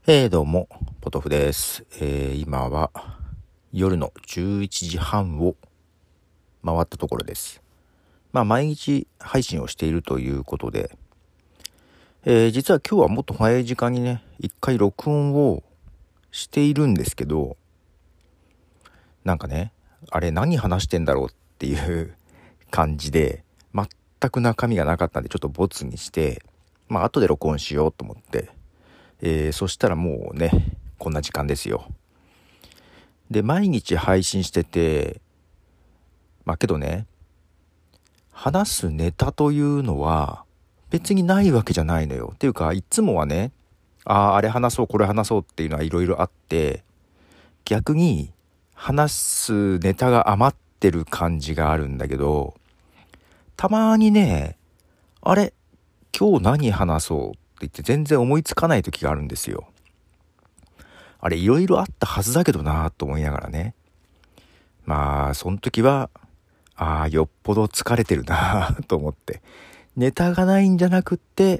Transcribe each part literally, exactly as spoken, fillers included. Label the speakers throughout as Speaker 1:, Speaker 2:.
Speaker 1: えー、どうも、ポトフです。えー、今は夜のじゅういちじはんを回ったところです。まあ、毎日配信をしているということで、えー、実は今日はもっと早い時間にね、一回録音をしているんですけど、なんかね、あれ何話してんだろうっていう感じで、全く中身がなかったんでちょっとボツにして、まあ、後で録音しようと思って、えー、そしたらもうね、こんな時間ですよ。で、毎日配信してて、まあけどね、話すネタというのは別にないわけじゃないのよ。っていうか、いつもはね、ああ、あれ話そう、これ話そうっていうのはいろいろあって、逆に話すネタが余ってる感じがあるんだけど、たまにね、あれ、今日何話そうって言って全然思いつかない時があるんですよ。あれ、いろいろあったはずだけどなと思いながらね。まあ、その時は、ああ、よっぽど疲れてるなと思って。ネタがないんじゃなくって、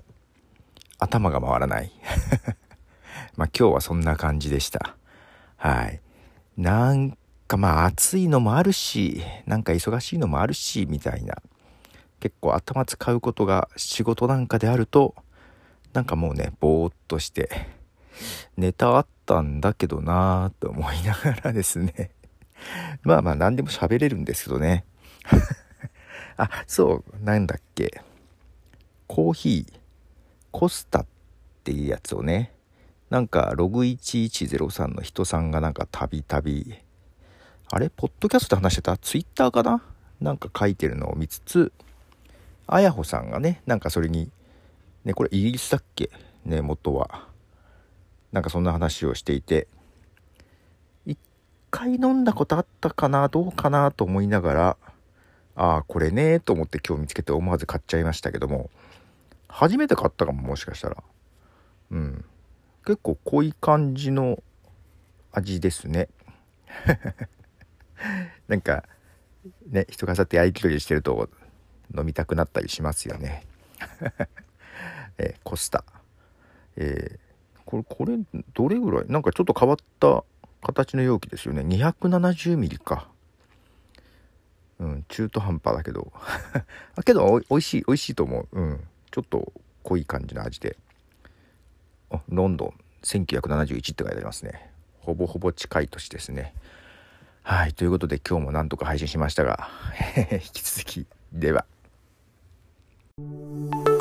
Speaker 1: 頭が回らない。まあ今日はそんな感じでした。はい。なんかまあ暑いのもあるし、なんか忙しいのもあるし、みたいな。結構頭使うことが仕事なんかであると、なんかもうね、ぼーっとして、ネタあったんだけどなと思いながらですね。まあまあ何でも喋れるんですけどね。あ、そう、なんだっけ。コーヒー、コスタっていうやつをね、なんかログいちいちゼロさんの人さんがなんかたびたび、あれポッドキャストで話してたツイッターかななんか書いてるのを見つつ、あやほさんがね、なんかそれに、ね、これイギリスだっけね、元は。なんかそんな話をしていて、一回飲んだことあったかなどうかなと思いながら、ああ、これねと思って今日見つけて思わず買っちゃいましたけども、初めて買ったかも、もしかしたら。うん。結構濃い感じの味ですね。なんかね、人がさってやりとりしてると飲みたくなったりしますよね。えー、コスタ、えー、これこれどれぐらいなんかちょっと変わった形の容器ですよね。にひゃくななじゅうミリか。うん、中途半端だけどけどおい、おいしいおいしいと思う。うん、ちょっと濃い感じの味で。あ、ロンドンせんきゅうひゃくななじゅういちって書いてありますね。ほぼほぼ近い年ですね。はい、ということで今日もなんとか配信しましたが引き続きでは。